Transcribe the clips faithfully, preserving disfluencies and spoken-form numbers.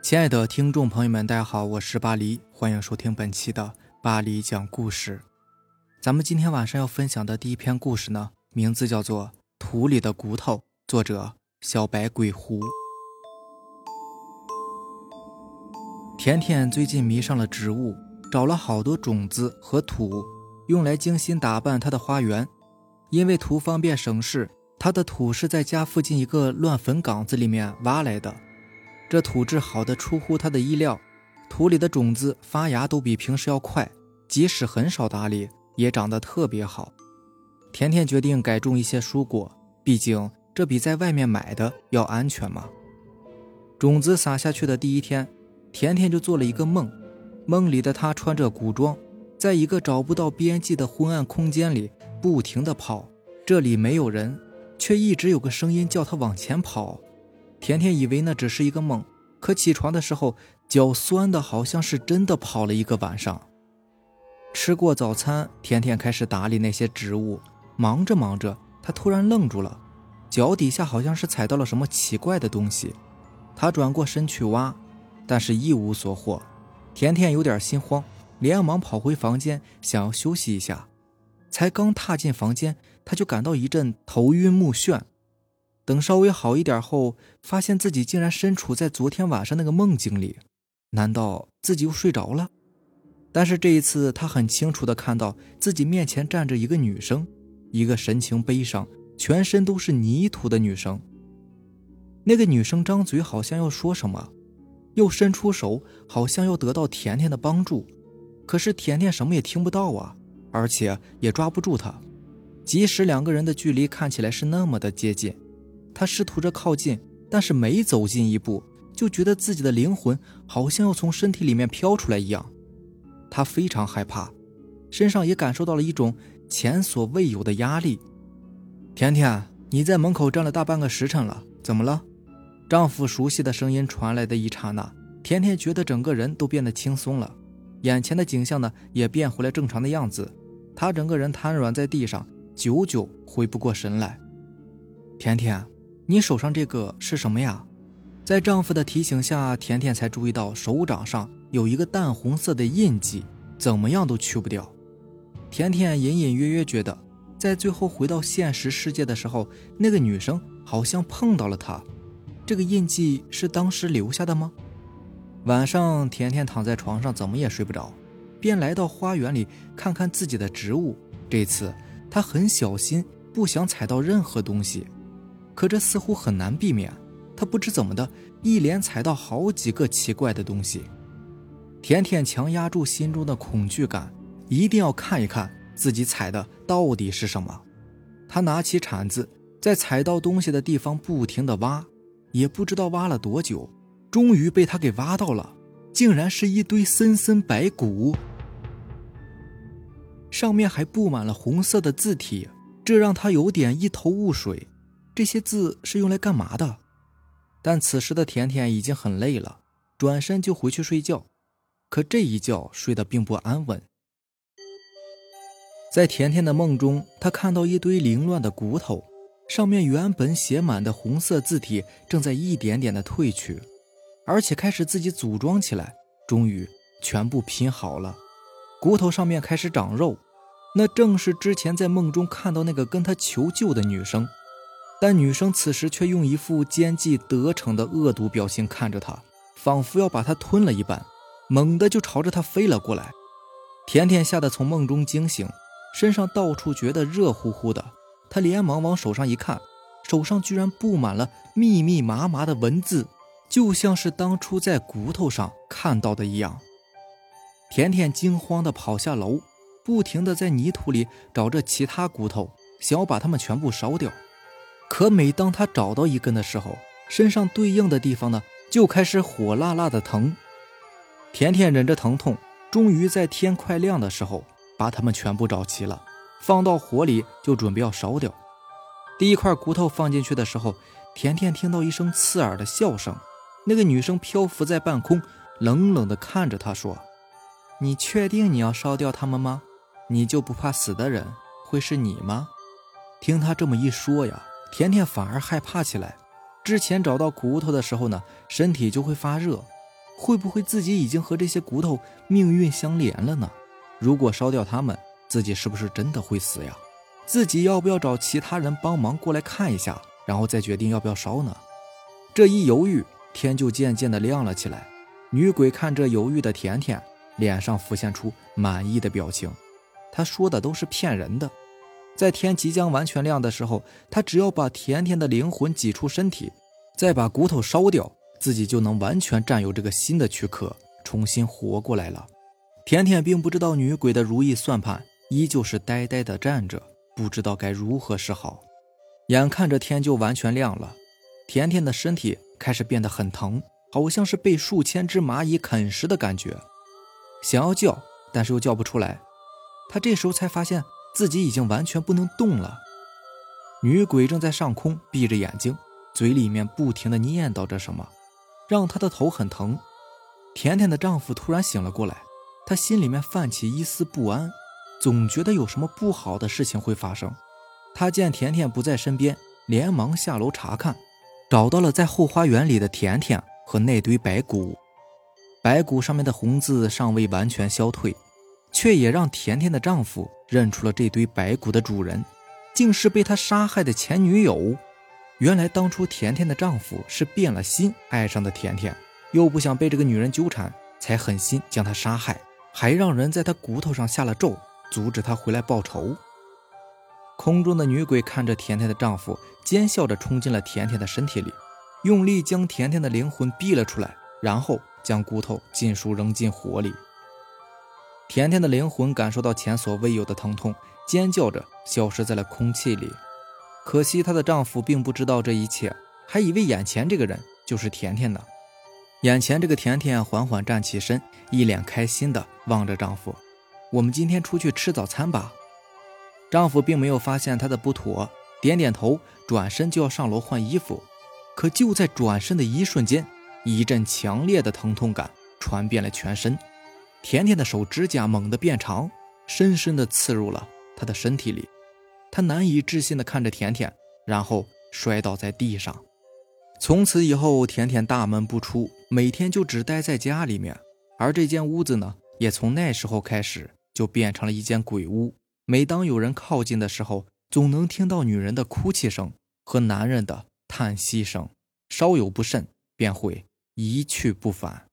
亲爱的听众朋友们，大家好，我是巴黎，欢迎收听本期的巴黎讲故事。咱们今天晚上要分享的第一篇故事呢，名字叫做《土里的骨头》，作者小白鬼狐。甜甜最近迷上了植物，找了好多种子和土，用来精心打扮她的花园。因为图方便省事，她的土是在家附近一个乱坟岗子里面挖来的。这土质好的出乎他的意料，土里的种子发芽都比平时要快，即使很少打理也长得特别好。甜甜决定改种一些蔬果，毕竟这比在外面买的要安全嘛。种子撒下去的第一天，甜甜就做了一个梦，梦里的她穿着古装，在一个找不到边际的昏暗空间里不停地跑，这里没有人，却一直有个声音叫她往前跑。甜甜以为那只是一个梦，可起床的时候脚酸的好像是真的跑了一个晚上。吃过早餐，甜甜开始打理那些植物，忙着忙着她突然愣住了，脚底下好像是踩到了什么奇怪的东西。她转过身去挖，但是一无所获。甜甜有点心慌，连忙跑回房间想要休息一下。才刚踏进房间，她就感到一阵头晕目眩。等稍微好一点后，发现自己竟然身处在昨天晚上那个梦境里。难道自己又睡着了？但是这一次他很清楚地看到自己面前站着一个女生，一个神情悲伤全身都是泥土的女生。那个女生张嘴好像要说什么，又伸出手好像要得到甜甜的帮助，可是甜甜什么也听不到啊，而且也抓不住她。即使两个人的距离看起来是那么的接近，他试图着靠近，但是每走近一步就觉得自己的灵魂好像要从身体里面飘出来一样。他非常害怕，身上也感受到了一种前所未有的压力。甜甜，你在门口站了大半个时辰了，怎么了？丈夫熟悉的声音传来的一刹那，甜甜觉得整个人都变得轻松了，眼前的景象呢也变回了正常的样子。她整个人瘫软在地上，久久回不过神来。甜甜，你手上这个是什么呀？在丈夫的提醒下，甜甜才注意到手掌上有一个淡红色的印记，怎么样都去不掉。甜甜隐隐约约觉得，在最后回到现实世界的时候，那个女生好像碰到了她。这个印记是当时留下的吗？晚上，甜甜躺在床上怎么也睡不着，便来到花园里看看自己的植物。这次她很小心，不想踩到任何东西。可这似乎很难避免，他不知怎么的一连踩到好几个奇怪的东西。甜甜强压住心中的恐惧感，一定要看一看自己踩的到底是什么。他拿起铲子，在踩到东西的地方不停地挖，也不知道挖了多久，终于被他给挖到了，竟然是一堆森森白骨，上面还布满了红色的字体，这让他有点一头雾水。这些字是用来干嘛的？但此时的甜甜已经很累了，转身就回去睡觉。可这一觉睡得并不安稳。在甜甜的梦中，她看到一堆凌乱的骨头，上面原本写满的红色字体正在一点点的褪去，而且开始自己组装起来，终于全部拼好了。骨头上面开始长肉，那正是之前在梦中看到那个跟她求救的女生。但女生此时却用一副奸计得逞的恶毒表情看着她，仿佛要把她吞了一般，猛地就朝着她飞了过来。甜甜吓得从梦中惊醒，身上到处觉得热乎乎的，她连忙往手上一看，手上居然布满了密密麻麻的文字，就像是当初在骨头上看到的一样。甜甜惊慌地跑下楼，不停地在泥土里找着其他骨头，想要把它们全部烧掉。可每当他找到一根的时候，身上对应的地方呢，就开始火辣辣的疼。甜甜忍着疼痛，终于在天快亮的时候，把它们全部找齐了，放到火里就准备要烧掉。第一块骨头放进去的时候，甜甜听到一声刺耳的笑声，那个女生漂浮在半空，冷冷地看着她说：你确定你要烧掉它们吗？你就不怕死的人会是你吗？听她这么一说呀，甜甜反而害怕起来。之前找到骨头的时候呢，身体就会发热， 会不会自己已经和这些骨头命运相连了呢？如果烧掉它们，自己是不是真的会死呀？自己要不要找其他人帮忙过来看一下，然后再决定要不要烧呢？这一犹豫，天就渐渐地亮了起来。女鬼看着犹豫的甜甜，脸上浮现出满意的表情。她说的都是骗人的。在天即将完全亮的时候，她只要把甜甜的灵魂挤出身体，再把骨头烧掉，自己就能完全占有这个新的躯壳，重新活过来了。甜甜并不知道女鬼的如意算盘，依旧是呆呆地站着，不知道该如何是好。眼看着天就完全亮了，甜甜的身体开始变得很疼，好像是被数千只蚂蚁啃食的感觉。想要叫，但是又叫不出来。她这时候才发现自己已经完全不能动了。女鬼正在上空闭着眼睛，嘴里面不停地念叨着什么，让她的头很疼。甜甜的丈夫突然醒了过来，他心里面泛起一丝不安，总觉得有什么不好的事情会发生。他见甜甜不在身边，连忙下楼查看，找到了在后花园里的甜甜和那堆白骨。白骨上面的红字尚未完全消退，却也让甜甜的丈夫认出了这堆白骨的主人，竟是被他杀害的前女友。原来当初甜甜的丈夫是变了心爱上的甜甜，又不想被这个女人纠缠，才狠心将她杀害，还让人在她骨头上下了咒，阻止她回来报仇。空中的女鬼看着甜甜的丈夫，奸笑着冲进了甜甜的身体里，用力将甜甜的灵魂逼了出来，然后将骨头尽数扔进火里。甜甜的灵魂感受到前所未有的疼痛，尖叫着消失在了空气里。可惜她的丈夫并不知道这一切，还以为眼前这个人就是甜甜呢。眼前这个甜甜缓缓站起身，一脸开心地望着丈夫：“我们今天出去吃早餐吧。”丈夫并没有发现她的不妥，点点头，转身就要上楼换衣服。可就在转身的一瞬间，一阵强烈的疼痛感传遍了全身。甜甜的手指甲猛地变长，深深地刺入了她的身体里。她难以置信地看着甜甜，然后摔倒在地上。从此以后，甜甜大门不出，每天就只待在家里面。而这间屋子呢，也从那时候开始就变成了一间鬼屋。每当有人靠近的时候，总能听到女人的哭泣声和男人的叹息声，稍有不慎便会一去不返。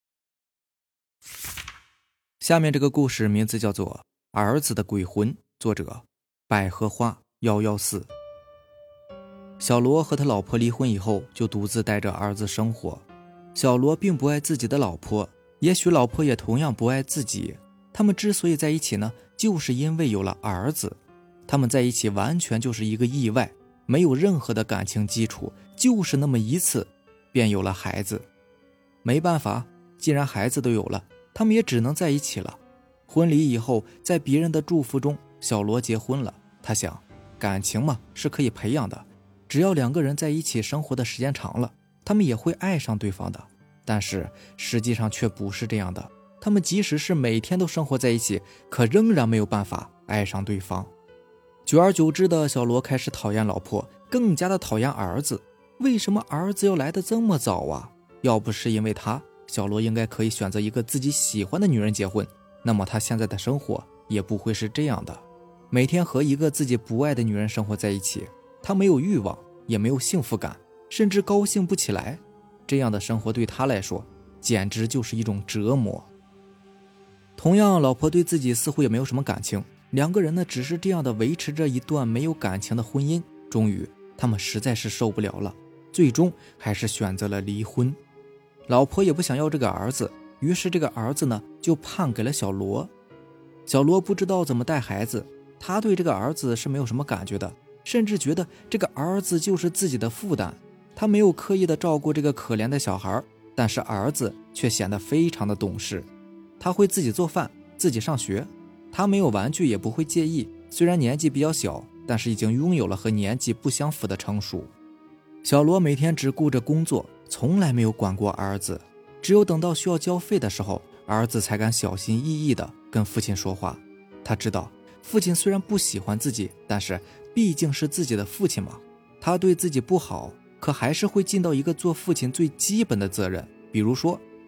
下面这个故事名字叫做《儿子的鬼魂》，作者百合花一一四。小罗和他老婆离婚以后，就独自带着儿子生活。小罗并不爱自己的老婆，也许老婆也同样不爱自己。他们之所以在一起呢，就是因为有了儿子。他们在一起完全就是一个意外，没有任何的感情基础，就是那么一次便有了孩子。没办法，既然孩子都有了，他们也只能在一起了。婚礼以后，在别人的祝福中，小罗结婚了。他想，感情嘛，是可以培养的，只要两个人在一起生活的时间长了，他们也会爱上对方的。但是实际上却不是这样的，他们即使是每天都生活在一起，可仍然没有办法爱上对方。久而久之的，小罗开始讨厌老婆，更加的讨厌儿子。为什么儿子要来得这么早啊？要不是因为他，小罗应该可以选择一个自己喜欢的女人结婚，那么他现在的生活也不会是这样的。每天和一个自己不爱的女人生活在一起，他没有欲望，也没有幸福感，甚至高兴不起来。这样的生活对他来说简直就是一种折磨。同样，老婆对自己似乎也没有什么感情，两个人呢只是这样的维持着一段没有感情的婚姻。终于他们实在是受不了了，最终还是选择了离婚。老婆也不想要这个儿子，于是这个儿子呢就判给了小罗。小罗不知道怎么带孩子，他对这个儿子是没有什么感觉的，甚至觉得这个儿子就是自己的负担。他没有刻意的照顾这个可怜的小孩，但是儿子却显得非常的懂事。他会自己做饭，自己上学，他没有玩具也不会介意，虽然年纪比较小，但是已经拥有了和年纪不相符的成熟。小罗每天只顾着工作，从来没有管过儿子，只有等到需要交费的时候，儿子才敢小心翼翼地跟父亲说话。他知道父亲虽然不喜欢自己，但是毕竟是自己的父亲嘛，他对自己不好，可还是会尽到一个做父亲最基本的责任，比如说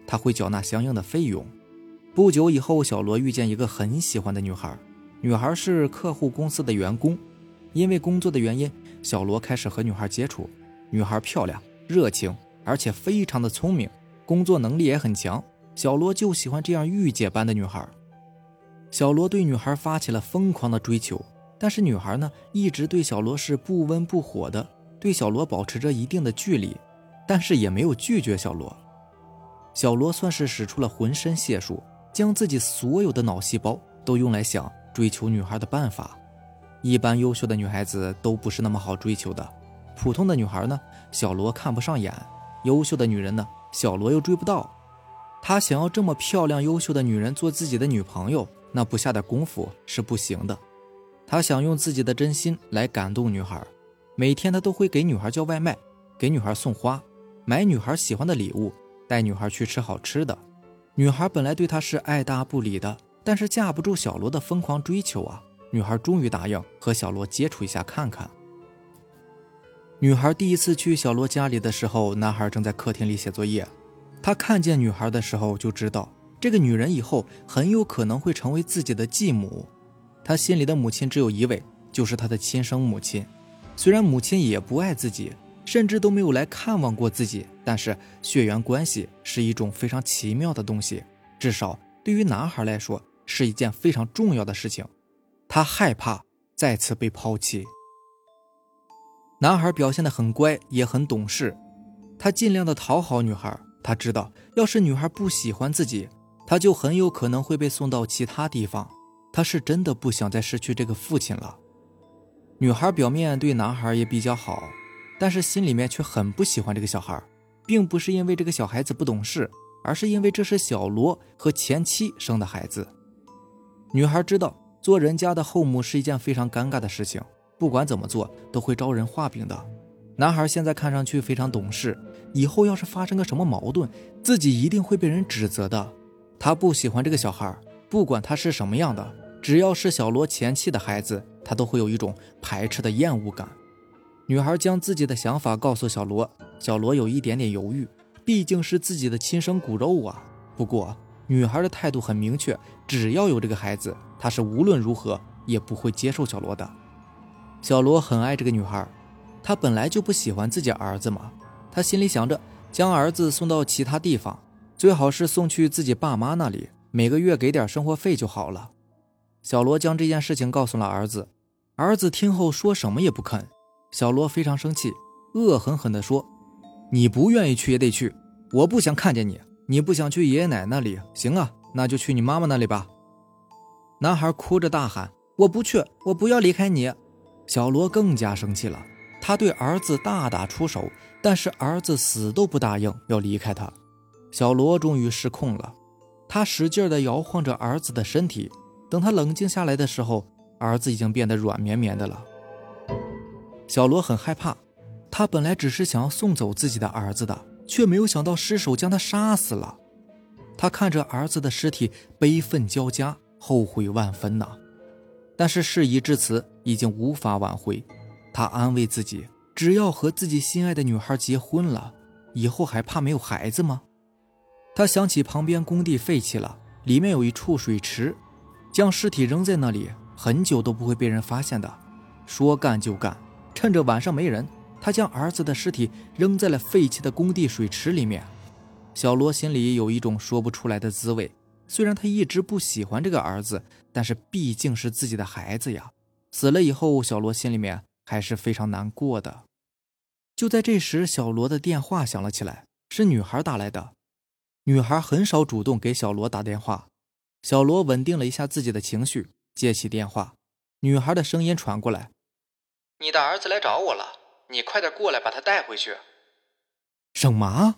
他会缴纳相应的费用。不久以后，小罗遇见一个很喜欢的女孩，女孩是客户公司的员工。因为工作的原因，小罗开始和女孩接触。女孩漂亮、热情，而且非常的聪明，工作能力也很强。小罗就喜欢这样御姐般的女孩。小罗对女孩发起了疯狂的追求，但是女孩呢，一直对小罗是不温不火的，对小罗保持着一定的距离，但是也没有拒绝小罗。小罗算是使出了浑身解数，将自己所有的脑细胞都用来想追求女孩的办法。一般优秀的女孩子都不是那么好追求的，普通的女孩呢，小罗看不上眼，优秀的女人呢，小罗又追不到。他想要这么漂亮优秀的女人做自己的女朋友，那不下点功夫是不行的。他想用自己的真心来感动女孩，每天他都会给女孩叫外卖，给女孩送花，买女孩喜欢的礼物，带女孩去吃好吃的。女孩本来对他是爱答不理的，但是架不住小罗的疯狂追求啊，女孩终于答应和小罗接触一下看看。女孩第一次去小罗家里的时候，男孩正在客厅里写作业。他看见女孩的时候就知道，这个女人以后很有可能会成为自己的继母。他心里的母亲只有一位，就是他的亲生母亲。虽然母亲也不爱自己，甚至都没有来看望过自己，但是血缘关系是一种非常奇妙的东西，至少对于男孩来说是一件非常重要的事情。他害怕再次被抛弃。男孩表现得很乖，也很懂事，他尽量的讨好女孩。他知道要是女孩不喜欢自己，他就很有可能会被送到其他地方。他是真的不想再失去这个父亲了。女孩表面对男孩也比较好，但是心里面却很不喜欢这个小孩，并不是因为这个小孩子不懂事，而是因为这是小罗和前妻生的孩子。女孩知道做人家的后母是一件非常尴尬的事情，不管怎么做都会招人画饼的。男孩现在看上去非常懂事，以后要是发生个什么矛盾，自己一定会被人指责的。他不喜欢这个小孩，不管他是什么样的，只要是小罗前妻的孩子，他都会有一种排斥的厌恶感。女孩将自己的想法告诉小罗，小罗有一点点犹豫，毕竟是自己的亲生骨肉啊。不过女孩的态度很明确，只要有这个孩子，她是无论如何也不会接受小罗的。小罗很爱这个女孩，他本来就不喜欢自己儿子嘛，他心里想着将儿子送到其他地方，最好是送去自己爸妈那里，每个月给点生活费就好了。小罗将这件事情告诉了儿子，儿子听后说什么也不肯。小罗非常生气，恶狠狠地说，你不愿意去也得去，我不想看见你，你不想去爷爷奶奶那里，行啊，那就去你妈妈那里吧。男孩哭着大喊，我不去，我不要离开你。小罗更加生气了，他对儿子大打出手，但是儿子死都不答应要离开他。小罗终于失控了，他使劲地摇晃着儿子的身体，等他冷静下来的时候，儿子已经变得软绵绵的了。小罗很害怕，他本来只是想要送走自己的儿子的，却没有想到失手将他杀死了。他看着儿子的尸体，悲愤交加，后悔万分呐。但是事已至此，已经无法挽回。他安慰自己，只要和自己心爱的女孩结婚了，以后还怕没有孩子吗？他想起旁边工地废弃了，里面有一处水池，将尸体扔在那里，很久都不会被人发现的。说干就干，趁着晚上没人，他将儿子的尸体扔在了废弃的工地水池里面。小罗心里有一种说不出来的滋味，虽然他一直不喜欢这个儿子，但是毕竟是自己的孩子呀。死了以后，小罗心里面还是非常难过的。就在这时，小罗的电话响了起来，是女孩打来的。女孩很少主动给小罗打电话。小罗稳定了一下自己的情绪，接起电话，女孩的声音传过来，你的儿子来找我了，你快点过来把他带回去。什么？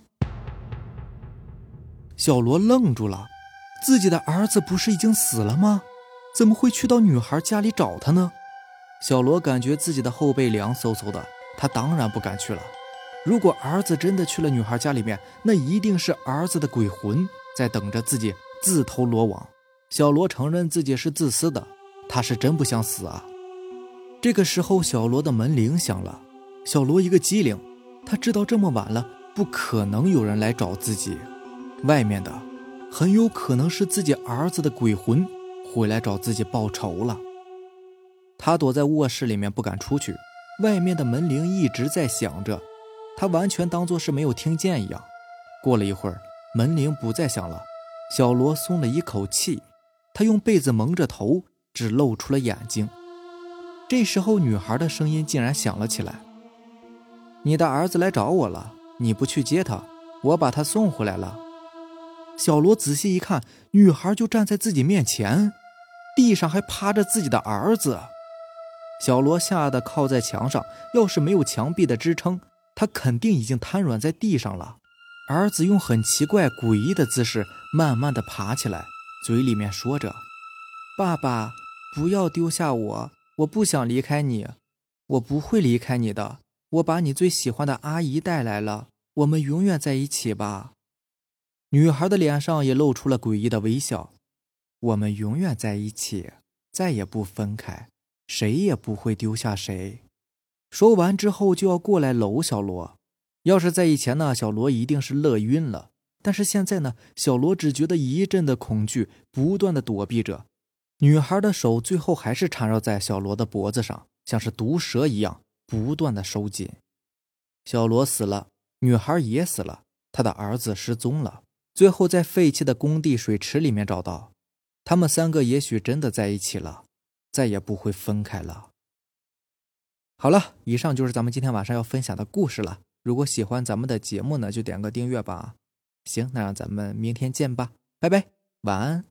小罗愣住了，自己的儿子不是已经死了吗？怎么会去到女孩家里找他呢？小罗感觉自己的后背凉飕飕的，他当然不敢去了。如果儿子真的去了女孩家里面，那一定是儿子的鬼魂在等着自己自投罗网。小罗承认自己是自私的，他是真不想死啊。这个时候，小罗的门铃响了。小罗一个机灵，他知道这么晚了不可能有人来找自己。 外面的很有可能是自己儿子的鬼魂回来找自己报仇了。他躲在卧室里面不敢出去，外面的门铃一直在响着，他完全当作是没有听见一样。过了一会儿，门铃不再响了，小罗松了一口气，他用被子蒙着头，只露出了眼睛。这时候女孩的声音竟然响了起来：你的儿子来找我了，你不去接他，我把他送回来了。小罗仔细一看，女孩就站在自己面前，地上还趴着自己的儿子。小罗吓得靠在墙上，要是没有墙壁的支撑，他肯定已经瘫软在地上了。儿子用很奇怪诡异的姿势慢慢地爬起来，嘴里面说着：爸爸，不要丢下我，我不想离开你，我不会离开你的，我把你最喜欢的阿姨带来了，我们永远在一起吧。女孩的脸上也露出了诡异的微笑：我们永远在一起，再也不分开，谁也不会丢下谁。说完之后就要过来搂小罗。要是在以前呢，小罗一定是乐晕了，但是现在呢，小罗只觉得一阵的恐惧，不断的躲避着。女孩的手最后还是缠绕在小罗的脖子上，像是毒蛇一样不断的收紧。小罗死了，女孩也死了，她的儿子失踪了，最后在废弃的工地水池里面找到。他们三个也许真的在一起了，再也不会分开了。好了，以上就是咱们今天晚上要分享的故事了。如果喜欢咱们的节目呢，就点个订阅吧。行，那让咱们明天见吧，拜拜，晚安。